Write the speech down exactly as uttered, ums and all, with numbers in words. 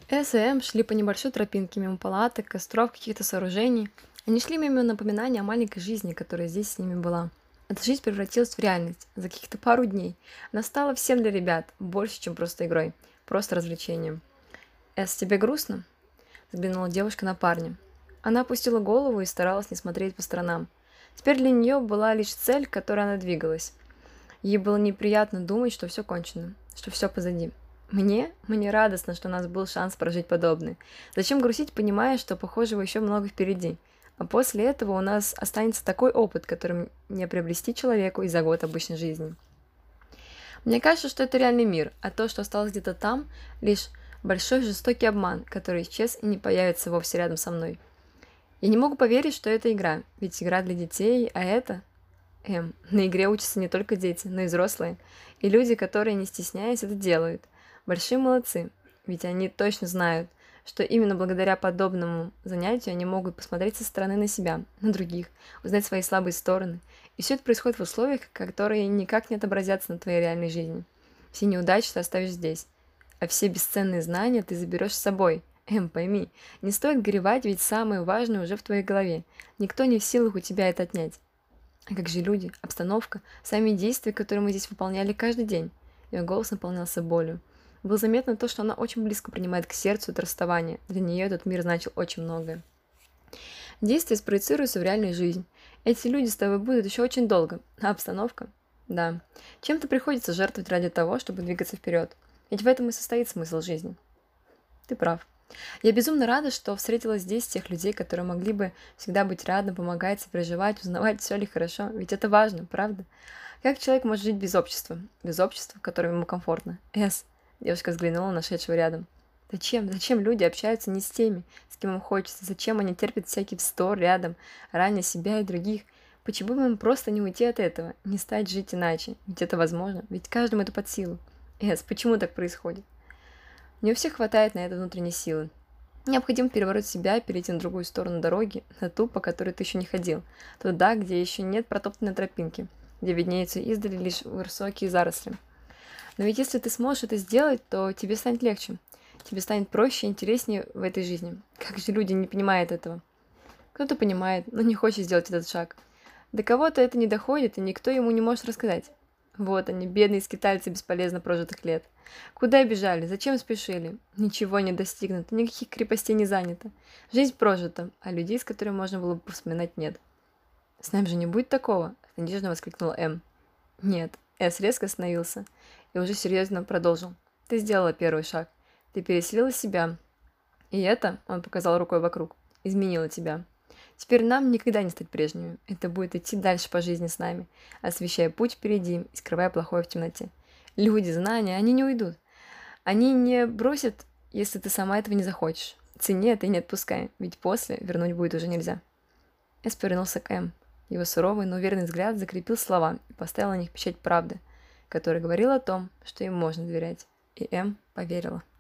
С и М шли по небольшой тропинке мимо палаток, костров, каких-то сооружений. Они шли мимо напоминания о маленькой жизни, которая здесь с ними была. Эта жизнь превратилась в реальность за каких-то пару дней. Она стала всем для ребят, больше, чем просто игрой, просто развлечением. «Эс, тебе грустно?» — взглянула девушка на парня. Она опустила голову и старалась не смотреть по сторонам. Теперь для нее была лишь цель, к которой она двигалась. Ей было неприятно думать, что все кончено, что все позади. Мне? Мне радостно, что у нас был шанс прожить подобное. Зачем грустить, понимая, что похожего еще много впереди? А после этого у нас останется такой опыт, которым не приобрести человеку и за год обычной жизни. Мне кажется, что это реальный мир, а то, что осталось где-то там, лишь большой жестокий обман, который исчез и не появится вовсе рядом со мной. Я не могу поверить, что это игра, ведь игра для детей, а это... Эм, на игре учатся не только дети, но и взрослые. И люди, которые, не стесняясь, это делают. Большие молодцы, ведь они точно знают, что именно благодаря подобному занятию они могут посмотреть со стороны на себя, на других, узнать свои слабые стороны. И все это происходит в условиях, которые никак не отобразятся на твоей реальной жизни. Все неудачи ты оставишь здесь, а все бесценные знания ты заберешь с собой. Эм, пойми, не стоит горевать, ведь самое важное уже в твоей голове. Никто не в силах у тебя это отнять. А как же люди, обстановка, сами действия, которые мы здесь выполняли каждый день? Ее голос наполнялся болью. Было заметно то, что она очень близко принимает к сердцу это расставание. Для нее этот мир значил очень многое. Действия спроецируются в реальную жизнь. Эти люди с тобой будут еще очень долго. А обстановка? Да. Чем-то приходится жертвовать ради того, чтобы двигаться вперед. Ведь в этом и состоит смысл жизни. Ты прав. Я безумно рада, что встретила здесь тех людей, которые могли бы всегда быть рядом, помогать, сопереживать, узнавать, все ли хорошо. Ведь это важно, правда? Как человек может жить без общества? Без общества, в котором ему комфортно. Эс. Девушка взглянула на нашедшего рядом. Зачем? Зачем люди общаются не с теми, с кем им хочется? Зачем они терпят всякий вздор рядом, раня себя и других? Почему бы им просто не уйти от этого, не стать жить иначе? Ведь это возможно, ведь каждому это под силу. Эс, почему так происходит? Не у всех хватает на это внутренней силы. Необходимо переворот себя и перейти на другую сторону дороги, на ту, по которой ты еще не ходил, туда, где еще нет протоптанной тропинки, где виднеются издали лишь высокие заросли. Но ведь если ты сможешь это сделать, то тебе станет легче, тебе станет проще и интереснее в этой жизни. Как же люди не понимают этого? Кто-то понимает, но не хочет сделать этот шаг. До кого-то это не доходит, и никто ему не может рассказать. Вот они, бедные скитальцы бесполезно прожитых лет. Куда бежали? Зачем спешили? Ничего не достигнуто, никаких крепостей не занято. Жизнь прожита, а людей, с которыми можно было бы вспоминать, нет. «С нами же не будет такого!» — надежно воскликнула М. «Нет». Эс резко остановился и уже серьезно продолжил. «Ты сделала первый шаг. Ты переселила себя. И это, — он показал рукой вокруг, — изменило тебя. Теперь нам никогда не стать прежними. Это будет идти дальше по жизни с нами, освещая путь впереди и скрывая плохое в темноте. Люди, знания, они не уйдут. Они не бросят, если ты сама этого не захочешь. Цени это и не отпускай, ведь после вернуть будет уже нельзя». Эс повернулся к М. Его суровый, но уверенный взгляд закрепил слова и поставил на них печать правды, которая говорила о том, что им можно доверять. И М поверила.